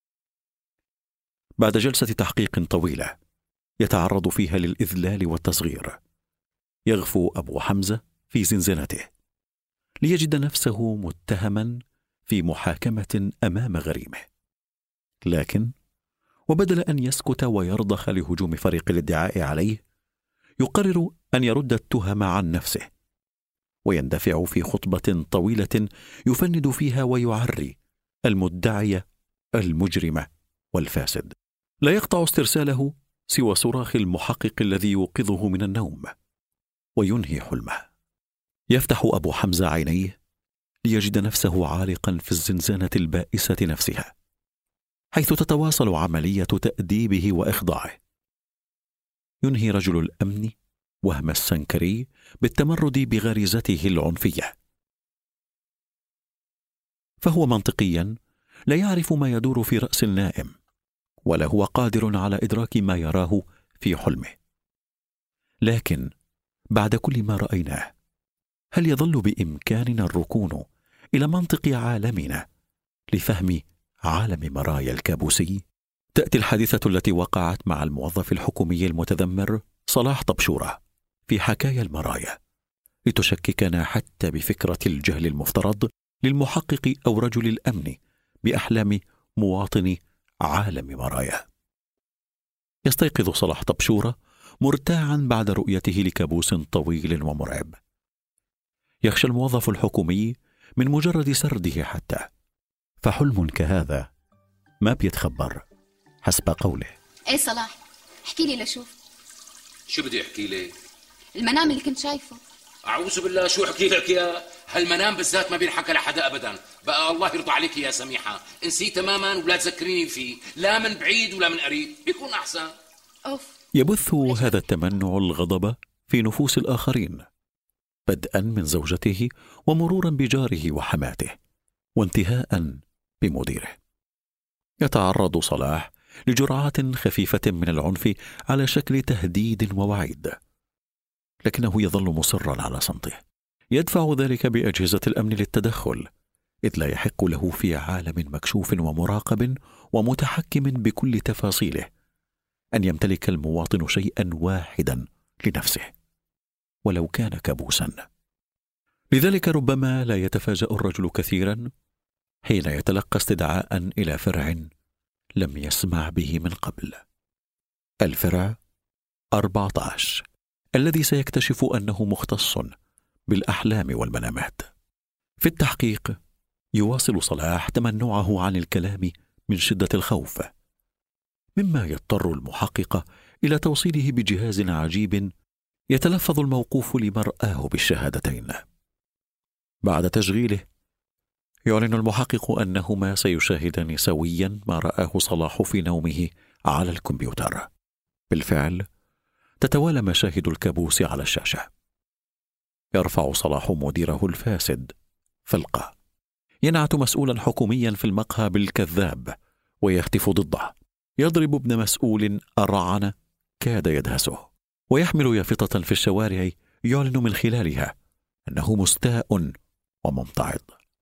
بعد جلسة تحقيق طويلة يتعرض فيها للإذلال والتصغير، يغفو أبو حمزة في زنزانته ليجد نفسه متهما في محاكمة أمام غريمه، لكن وبدل أن يسكت ويرضخ لهجوم فريق الادعاء عليه، يقرر أن يرد التهم عن نفسه ويندفع في خطبة طويلة يفند فيها ويعري المدعي المجرم والفاسد. لا يقطع استرساله سوى صراخ المحقق الذي يوقظه من النوم وينهي حلمه. يفتح أبو حمزة عينيه ليجد نفسه عالقا في الزنزانة البائسة نفسها، حيث تتواصل عملية تأديبه وإخضاعه. ينهي رجل الأمن وهم السنكري بالتمرد بغريزته العنفية، فهو منطقيا لا يعرف ما يدور في رأس النائم، ولا هو قادر على إدراك ما يراه في حلمه. لكن بعد كل ما رأيناه، هل يظل بإمكاننا الركون إلى منطق عالمنا لفهم عالم مرايا الكابوسي؟ تأتي الحادثة التي وقعت مع الموظف الحكومي المتذمر صلاح طبشورة في حكايا المرايا لتشككنا حتى بفكرة الجهل المفترض للمحقق أو رجل الأمن بأحلام مواطن عالم مرايا. يستيقظ صلاح طبشورة مرتاعا بعد رؤيته لكابوس طويل ومرعب. يخشى الموظف الحكومي من مجرد سرده حتى، فحلم كهذا ما بيتخبر حسب قوله. ايه صلاح، احكي لي لشوف. شو بدي احكي لي؟ المنام اللي كنت شايفه. اعوذ بالله، شو احكي لك يا هالمنام بالذات ما بينحكى لحدا ابدا. بقى الله يرضى عليك يا سميحه، انسيه تماما ولا تذكريني فيه، لا من بعيد ولا من قريب، بيكون احسن. اوف. يبث هذا التمنع الغضب في نفوس الآخرين، بدءا من زوجته ومرورا بجاره وحماته وانتهاء بمديره. يتعرض صلاح لجرعات خفيفة من العنف على شكل تهديد ووعيد، لكنه يظل مصرا على صمته. يدفع ذلك بأجهزة الأمن للتدخل، إذ لا يحق له في عالم مكشوف ومراقب ومتحكم بكل تفاصيله أن يمتلك المواطن شيئا واحدا لنفسه ولو كان كابوسا. لذلك ربما لا يتفاجأ الرجل كثيرا حين يتلقى استدعاء إلى فرع لم يسمع به من قبل. الفرع أربعة عشر الذي سيكتشف أنه مختص بالأحلام والمنامات. في التحقيق يواصل صلاح تمنعه عن الكلام من شدة الخوف، مما يضطر المحقق إلى توصيله بجهاز عجيب يتلفظ الموقوف لمرآه بالشهادتين. بعد تشغيله يعلن المحقق أنهما سيشاهدان سويا ما رآه صلاح في نومه على الكمبيوتر. بالفعل تتوالى مشاهد الكابوس على الشاشة. يرفع صلاح مديره الفاسد فلقة، ينعت مسؤولا حكوميا في المقهى بالكذاب ويهتف ضده، يضرب ابن مسؤول أرعن كاد يدهسه، ويحمل يافطة في الشوارع يعلن من خلالها أنه مستاء وممتعض.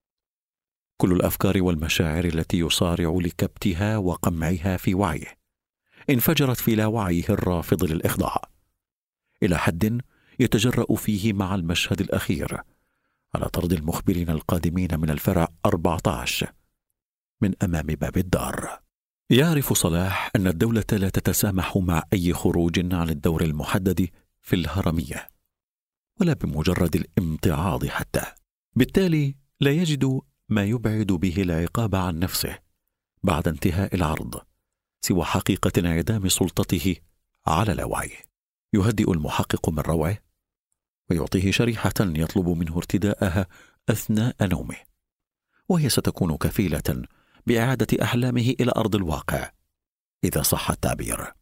كل الأفكار والمشاعر التي يصارع لكبتها وقمعها في وعيه انفجرت في لاوعيه الرافض للإخضاع، إلى حد يتجرأ فيه مع المشهد الأخير على طرد المخبرين القادمين من الفرع أربعة عشر من أمام باب الدار. يعرف صلاح أن الدولة لا تتسامح مع أي خروج عن الدور المحدد في الهرمية ولا بمجرد الامتعاض حتى. بالتالي لا يجد ما يبعد به العقاب عن نفسه بعد انتهاء العرض سوى حقيقة انعدام سلطته على لاوعيه. يهدئ المحقق من روعه ويعطيه شريحة يطلب منه ارتداءها أثناء نومه، وهي ستكون كفيلة بإعادة أحلامه إلى أرض الواقع إذا صح التعبير.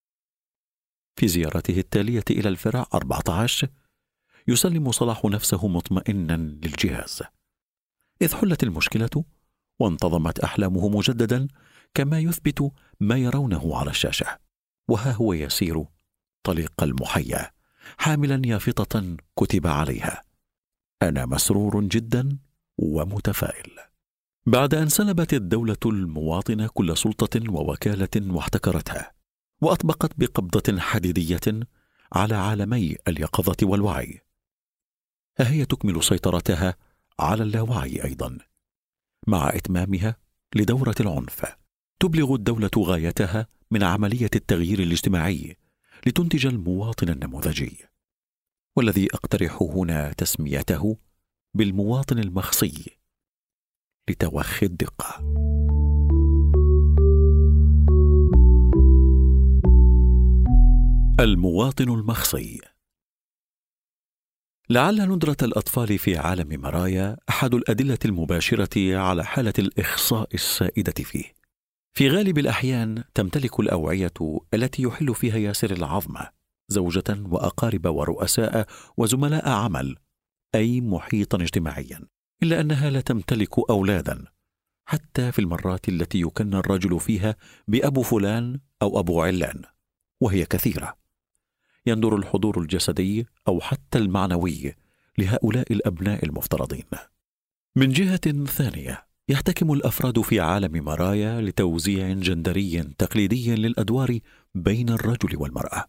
في زيارته التالية إلى الفرع أربعة عشر يسلم صلاح نفسه مطمئنا للجهاز، إذ حلت المشكلة وانتظمت أحلامه مجددا كما يثبت ما يرونه على الشاشة. وها هو يسير طريق المحيا حاملا يافطة كتب عليها: أنا مسرور جدا ومتفائل. بعد أن سلبت الدولة المواطن كل سلطة ووكالة واحتكرتها وأطبقت بقبضة حديدية على عالمي اليقظة والوعي، هي تكمل سيطرتها على اللاوعي أيضا مع إتمامها لدورة العنف. تبلغ الدولة غايتها من عملية التغيير الاجتماعي لتنتج المواطن النموذجي. والذي أقترح هنا تسميته بالمواطن المخصي لتوخي الدقة. المواطن المخصي. لعل ندرة الأطفال في عالم مرايا أحد الأدلة المباشرة على حالة الإخصاء السائدة فيه. في غالب الأحيان تمتلك الأوعية التي يحل فيها ياسر العظم زوجة وأقارب ورؤساء وزملاء عمل، أي محيطا اجتماعيا، إلا أنها لا تمتلك أولادا، حتى في المرات التي يكنى الرجل فيها بأبو فلان أو أبو علان، وهي كثيرة. يندر الحضور الجسدي أو حتى المعنوي لهؤلاء الأبناء المفترضين. من جهة ثانية، يحتكم الأفراد في عالم مرايا لتوزيع جندري تقليدي للأدوار بين الرجل والمرأة.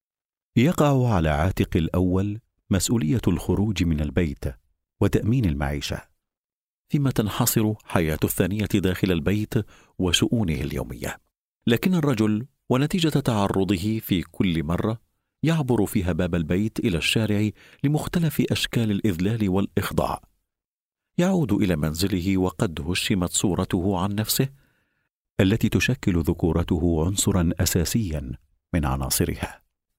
يقع على عاتق الأول مسؤولية الخروج من البيت وتأمين المعيشة، فيما تنحصر حياة الثانية داخل البيت وشؤونه اليومية. لكن الرجل، ونتيجة تعرضه في كل مرة يعبر فيها باب البيت إلى الشارع لمختلف أشكال الإذلال والإخضاع، يعود إلى منزله وقد هشمت صورته عن نفسه التي تشكل ذكورته عنصرا أساسيا من عناصرها،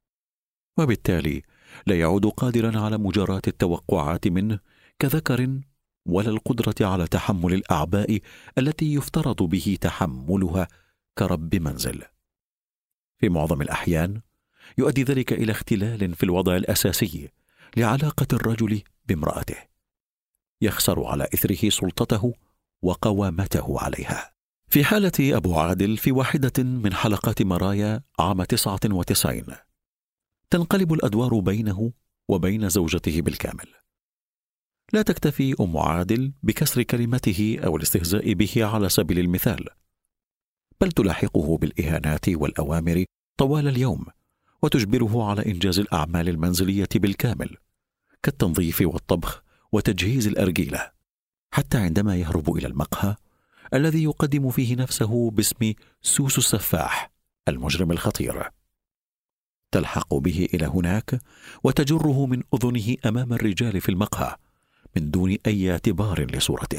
وبالتالي لا يعود قادرا على مجاراة التوقعات منه كذكر، ولا القدرة على تحمل الأعباء التي يفترض به تحملها كرب منزل. في معظم الأحيان يؤدي ذلك إلى اختلال في الوضع الأساسي لعلاقة الرجل بامرأته، يخسر على إثره سلطته وقوامته عليها. في حالة أبو عادل في واحدة من حلقات مرايا عام تسعة وتسعين، تنقلب الأدوار بينه وبين زوجته بالكامل. لا تكتفي أم عادل بكسر كلمته أو الاستهزاء به على سبيل المثال، بل تلاحقه بالإهانات والأوامر طوال اليوم، وتجبره على إنجاز الأعمال المنزلية بالكامل كالتنظيف والطبخ وتجهيز الأرجيلة، حتى عندما يهرب إلى المقهى الذي يقدم فيه نفسه باسم سوسو السفاح المجرم الخطير. تلحق به إلى هناك وتجره من أذنه أمام الرجال في المقهى من دون أي اعتبار لصورته.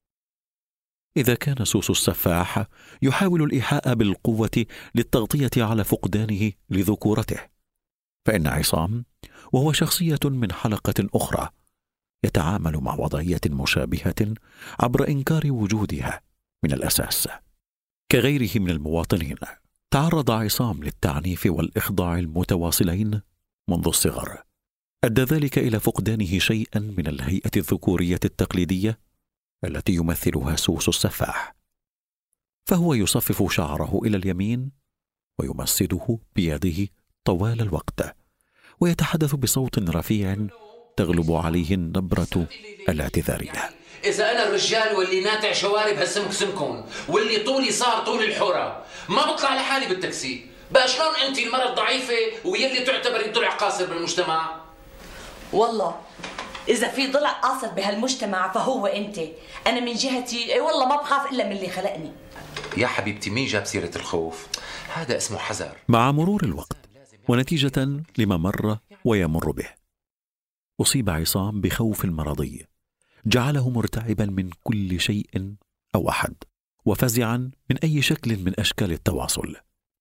إذا كان سوسو السفاح يحاول الإيحاء بالقوة للتغطية على فقدانه لذكورته، فإن عصام، وهو شخصية من حلقة أخرى، يتعامل مع وضعية مشابهة عبر إنكار وجودها من الأساس. كغيره من المواطنين، تعرض عصام للتعنيف والإخضاع المتواصلين منذ الصغر، أدى ذلك إلى فقدانه شيئا من الهيئة الذكورية التقليدية التي يمثلها سوسو السفاح، فهو يصفف شعره إلى اليمين ويمسده بيده طوال الوقت، ويتحدث بصوت رفيع تغلب عليه النبرة الاعتذارية. إذا أنا الرجال واللي ناتع شوارب هالسمك سمكن، واللي طولي صار طول الحورة، ما بطلع لحالي بالتاكسي، بقى شلون أنت المرة الضعيفة ويلي تعتبري ضلع قاصر بالمجتمع؟ والله إذا في ضلع قاصر بهالمجتمع فهو أنت. أنا من جهتي أي والله ما بخاف إلا من اللي خلقني. يا حبيبتي، مين جاب سيرة الخوف؟ هذا اسمه حذر. مع مرور الوقت ونتيجة لما مر ويمر به، أصيب عصام بخوف مرضي جعله مرتعبا من كل شيء أو أحد، وفزعا من أي شكل من أشكال التواصل.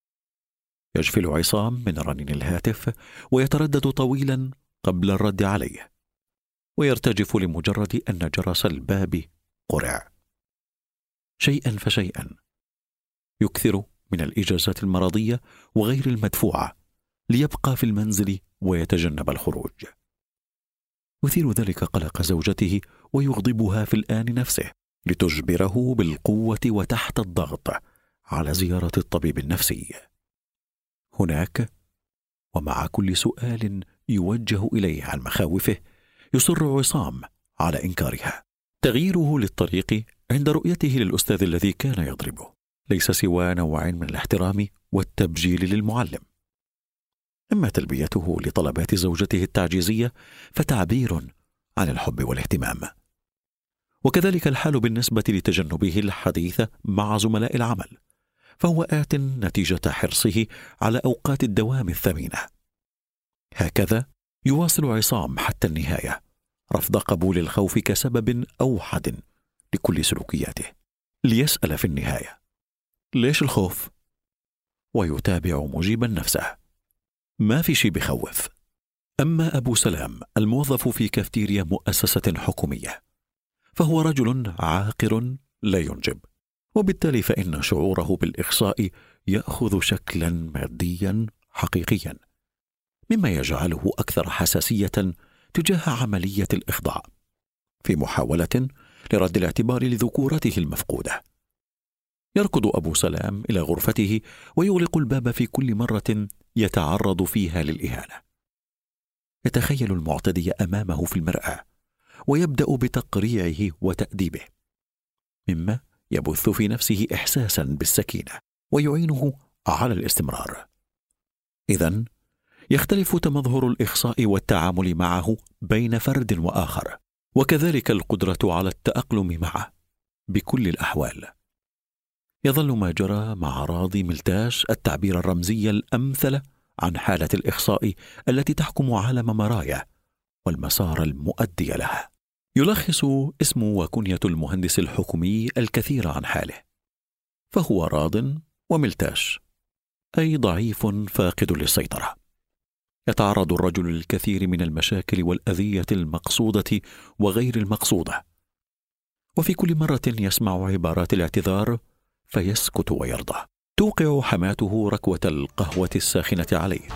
يجفل عصام من رنين الهاتف ويتردد طويلا قبل الرد عليه، ويرتجف لمجرد أن جرس الباب قرع. شيئا فشيئا يكثر من الإجازات المرضية وغير المدفوعة ليبقى في المنزل ويتجنب الخروج. يثير ذلك قلق زوجته ويغضبها في الآن نفسه لتجبره بالقوة وتحت الضغط على زيارة الطبيب النفسي. هناك ومع كل سؤال يوجه إليه عن مخاوفه يصر عصام على إنكارها. تغييره للطريق عند رؤيته للأستاذ الذي كان يضربه ليس سوى نوع من الاحترام والتبجيل للمعلم. أما تلبيته لطلبات زوجته التعجيزية فتعبير عن الحب والاهتمام. وكذلك الحال بالنسبة لتجنبه الحديث مع زملاء العمل، فهو آت نتيجة حرصه على أوقات الدوام الثمينة. هكذا يواصل عصام حتى النهاية رفض قبول الخوف كسبب أوحد لكل سلوكياته، ليسأل في النهاية: ليش الخوف؟ ويتابع مجيبا نفسه: ما في شي بخوف. أما أبو سلام الموظف في كافتيريا مؤسسة حكومية فهو رجل عاقر لا ينجب، وبالتالي فإن شعوره بالإخصاء يأخذ شكلا ماديا حقيقيا، مما يجعله أكثر حساسية تجاه عملية الإخضاع في محاولة لرد الاعتبار لذكورته المفقودة. يركض أبو سلام إلى غرفته ويغلق الباب في كل مرة يتعرض فيها للإهانة. يتخيل المعتدي أمامه في المرآة ويبدأ بتقريعه وتأديبه، مما يبث في نفسه إحساسا بالسكينة ويعينه على الاستمرار. إذن يختلف تمظهر الإخصاء والتعامل معه بين فرد وآخر، وكذلك القدرة على التأقلم معه بكل الأحوال. يظل ما جرى مع راضي ملتاش التعبير الرمزي الأمثل عن حالة الإخصاء التي تحكم عالم مرايا والمسار المؤدي لها. يلخص اسم وكنية المهندس الحكومي الكثير عن حاله، فهو راض وملتاش، أي ضعيف فاقد للسيطرة. يتعرض الرجل للكثير من المشاكل والأذية المقصودة وغير المقصودة، وفي كل مرة يسمع عبارات الاعتذار فيسكت ويرضى. توقع حماته ركوة القهوة الساخنة عليه،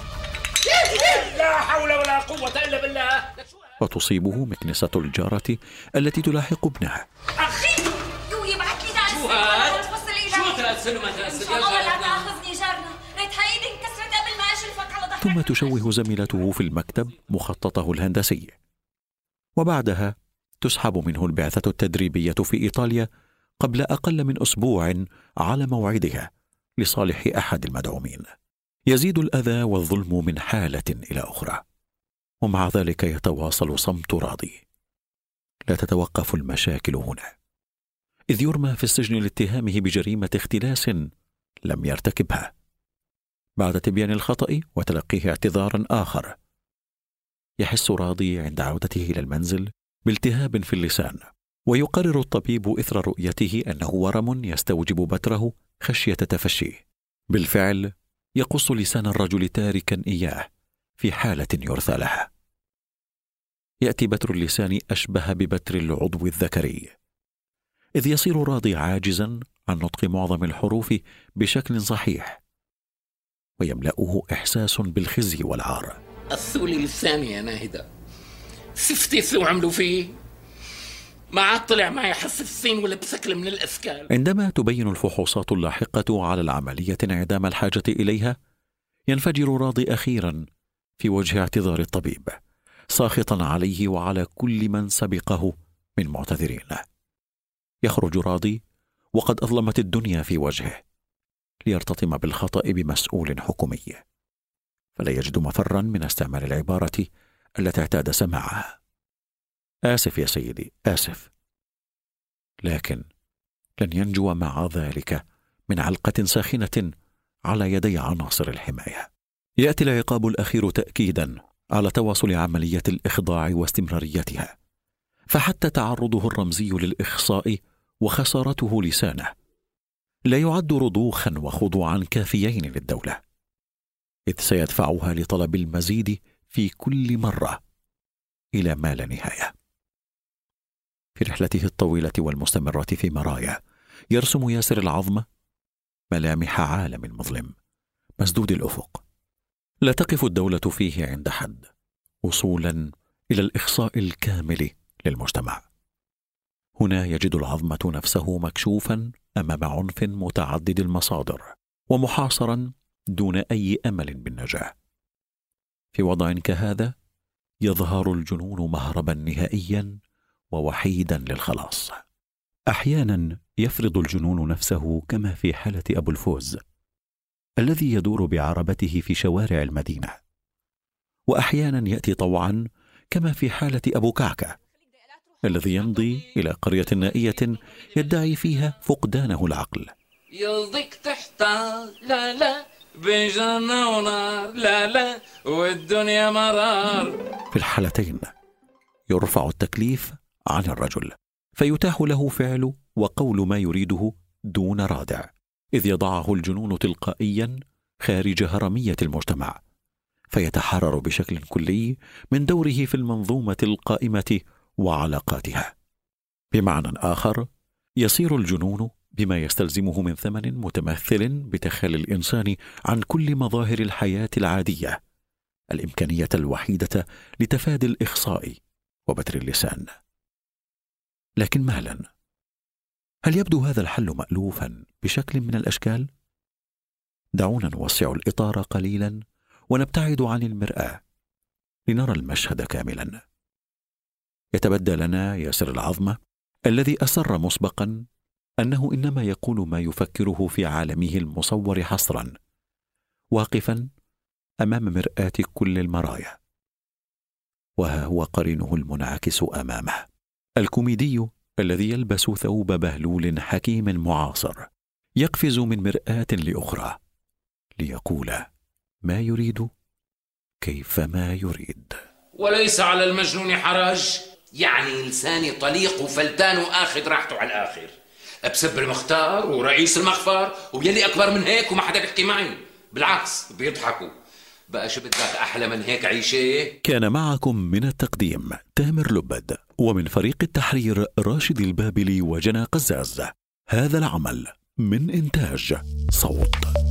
لا حول ولا قوة إلا بالله، وتصيبه مكنسة الجارة التي تلاحق ابنها. أخي يو يبعث لي دعس شو هاد؟ توصل إلي شو تأسل وما تأسل؟ إن شاء الله لا تأخذني جارنا، ريت هايدي انكسرت قبل ما أشلفك على ظهرك. ثم تشوه زميلته في المكتب مخططه الهندسي، وبعدها تسحب منه البعثة التدريبية في إيطاليا قبل أقل من أسبوع على موعدها لصالح أحد المدعومين. يزيد الأذى والظلم من حالة إلى أخرى، ومع ذلك يتواصل صمت راضي. لا تتوقف المشاكل هنا، إذ يرمى في السجن لاتهامه بجريمة اختلاس لم يرتكبها، بعد تبيان الخطأ وتلقيه اعتذارا آخر. يحس راضي عند عودته إلى المنزل بالتهاب في اللسان، ويقرر الطبيب إثر رؤيته أنه ورم يستوجب بتره خشية تفشيه. بالفعل يقص لسان الرجل تاركا إياه في حالة يرثى لها. يأتي بتر اللسان أشبه ببتر العضو الذكري، إذ يصير راضي عاجزا عن نطق معظم الحروف بشكل صحيح، ويملأه إحساس بالخزي والعار. الثولي لساني يا ناهدة، سفتي سو عملوا فيه، ما عاد طلع معي حس السين ولا بسكل من الأسكال. عندما تبين الفحوصات اللاحقة على العملية انعدام الحاجة إليها، ينفجر راضي أخيرا في وجه اعتذار الطبيب، ساخطا عليه وعلى كل من سبقه من معتذرين. يخرج راضي وقد أظلمت الدنيا في وجهه ليرتطم بالخطأ بمسؤول حكومي، فلا يجد مفرا من استعمال العبارة التي اعتاد سماعها: آسف يا سيدي، آسف. لكن لن ينجو مع ذلك من علقة ساخنة على يدي عناصر الحماية. يأتي العقاب الأخير تأكيدا على تواصل عملية الإخضاع واستمراريتها، فحتى تعرضه الرمزي للإخصاء وخسارته لسانه لا يعد رضوخا وخضوعا كافيين للدولة، إذ سيدفعها لطلب المزيد في كل مرة إلى ما لا نهاية. في رحلته الطويلة والمستمرة في مرايا يرسم ياسر العظمة ملامح عالم مظلم مسدود الأفق، لا تقف الدولة فيه عند حد، وصولا إلى الإخصاء الكامل للمجتمع. هنا يجد العظمة نفسه مكشوفا أمام عنف متعدد المصادر، ومحاصرا دون أي أمل بالنجاة. في وضع كهذا يظهر الجنون مهربا نهائيا ووحيدا للخلاص. أحيانا يفرض الجنون نفسه كما في حالة أبو الفوز الذي يدور بعربته في شوارع المدينة، وأحيانا يأتي طوعا كما في حالة أبو كعكة الذي يمضي إلى قرية نائية يدعي فيها فقدانه العقل. يلضيك تحتار لا لا بين جنة ونار لا لا والدنيا مرار في الحالتين يرفع التكليف عن الرجل، فيتاح له فعل وقول ما يريده دون رادع، إذ يضعه الجنون تلقائيا خارج هرمية المجتمع، فيتحرر بشكل كلي من دوره في المنظومة القائمة وعلاقاتها. بمعنى آخر، يصير الجنون بما يستلزمه من ثمن متمثل بتخلي الإنسان عن كل مظاهر الحياة العادية، الإمكانية الوحيدة لتفادي الإخصاء وبتر اللسان. لكن مهلا، هل يبدو هذا الحل مألوفا بشكل من الأشكال؟ دعونا نوسع الإطار قليلا ونبتعد عن المرآة لنرى المشهد كاملا. يتبدى لنا ياسر العظمة الذي أسر مسبقا أنه إنما يقول ما يفكره في عالمه المصور حصرا، واقفا أمام مرآة كل المرايا، وها هو قرينه المنعكس أمامه، الكوميدي الذي يلبس ثوب بهلول حكيم معاصر، يقفز من مرآة لأخرى ليقول ما يريد كيفما يريد. وليس على المجنون حرج، يعني لساني طليق وفلتان وآخذ راحته على الآخر، بسب المختار ورئيس المخفر ويلي أكبر من هيك وما حدا بيحكي معي، بالعكس بيضحكوا. بقى شو بدك أحلى من هيك عيشة؟ كان معكم من التقديم تامر لبد، ومن فريق التحرير راشد البابلي وجنى قزاز. هذا العمل من إنتاج صوت.